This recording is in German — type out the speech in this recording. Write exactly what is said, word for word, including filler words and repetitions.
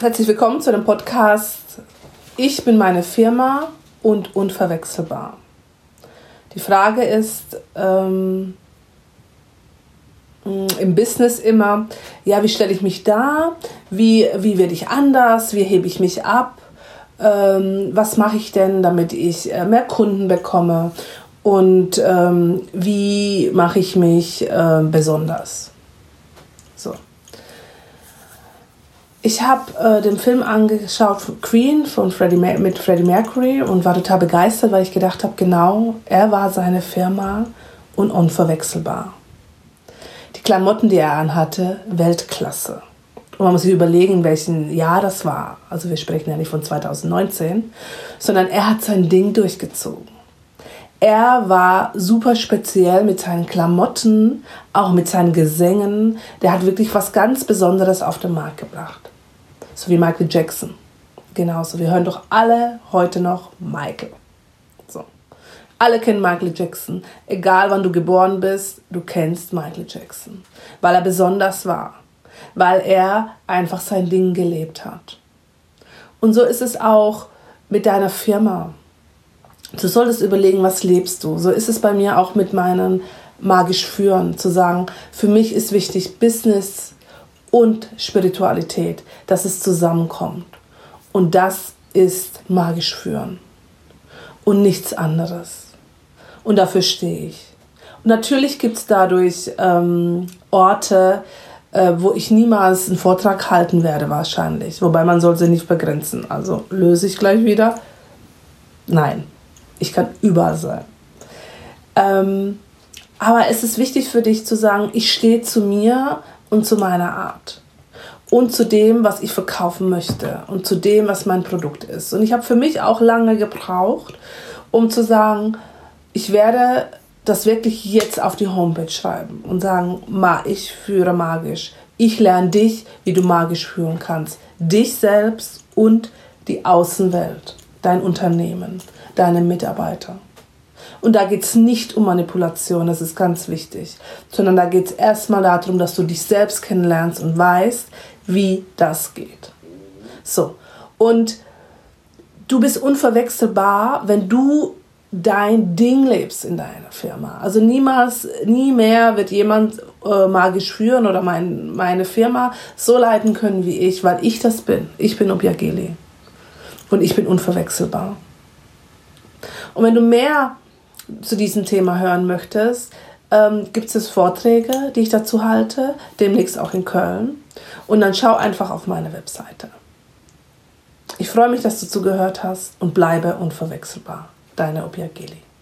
Herzlich willkommen zu dem Podcast Ich bin meine Firma und unverwechselbar. Die Frage ist ähm, im Business immer, ja, wie stelle ich mich dar? Wie, wie werde ich anders? Wie hebe ich mich ab? Ähm, was mache ich denn, damit ich äh, mehr Kunden bekomme? Und ähm, wie mache ich mich äh, besonders? So. Ich habe äh, den Film angeschaut, Queen von Freddie Mer- mit Freddie Mercury, und war total begeistert, weil ich gedacht habe, genau, er war seine Firma und unverwechselbar. Die Klamotten, die er anhatte, Weltklasse. Und man muss sich überlegen, in welchem Jahr das war. Also wir sprechen ja nicht von zwanzig neunzehn, sondern er hat sein Ding durchgezogen. Er war super speziell mit seinen Klamotten, auch mit seinen Gesängen. Der hat wirklich was ganz Besonderes auf den Markt gebracht. So wie Michael Jackson. Genauso. Wir hören doch alle heute noch Michael. So. Alle kennen Michael Jackson. Egal wann du geboren bist, du kennst Michael Jackson. Weil er besonders war. Weil er einfach sein Ding gelebt hat. Und so ist es auch mit deiner Firma. Du solltest überlegen, was lebst du. So ist es bei mir auch mit meinen magisch Führen. Zu sagen, für mich ist wichtig Business und Spiritualität, dass es zusammenkommt. Und das ist magisch Führen. Und nichts anderes. Und dafür stehe ich. Und natürlich gibt es dadurch ähm, Orte, äh, wo ich niemals einen Vortrag halten werde wahrscheinlich. Wobei man soll sie nicht begrenzen. Also löse ich gleich wieder. Nein. Ich kann überall sein. Ähm, aber es ist wichtig für dich zu sagen, ich stehe zu mir und zu meiner Art. Und zu dem, was ich verkaufen möchte. Und zu dem, was mein Produkt ist. Und ich habe für mich auch lange gebraucht, um zu sagen, ich werde das wirklich jetzt auf die Homepage schreiben. Und sagen, ich führe magisch. Ich lerne dich, wie du magisch führen kannst. Dich selbst und die Außenwelt. Dein Unternehmen. Deine Mitarbeiter. Und da geht es nicht um Manipulation, das ist ganz wichtig, sondern da geht es erstmal darum, dass du dich selbst kennenlernst und weißt, wie das geht. So, und du bist unverwechselbar, wenn du dein Ding lebst in deiner Firma. Also niemals, nie mehr wird jemand äh, magisch führen oder mein, meine Firma so leiten können wie ich, weil ich das bin. Ich bin Obiageli und ich bin unverwechselbar. Und wenn du mehr zu diesem Thema hören möchtest, ähm, gibt es Vorträge, die ich dazu halte, demnächst auch in Köln. Und dann schau einfach auf meine Webseite. Ich freue mich, dass du zugehört hast und bleibe unverwechselbar. Deine Obiageli.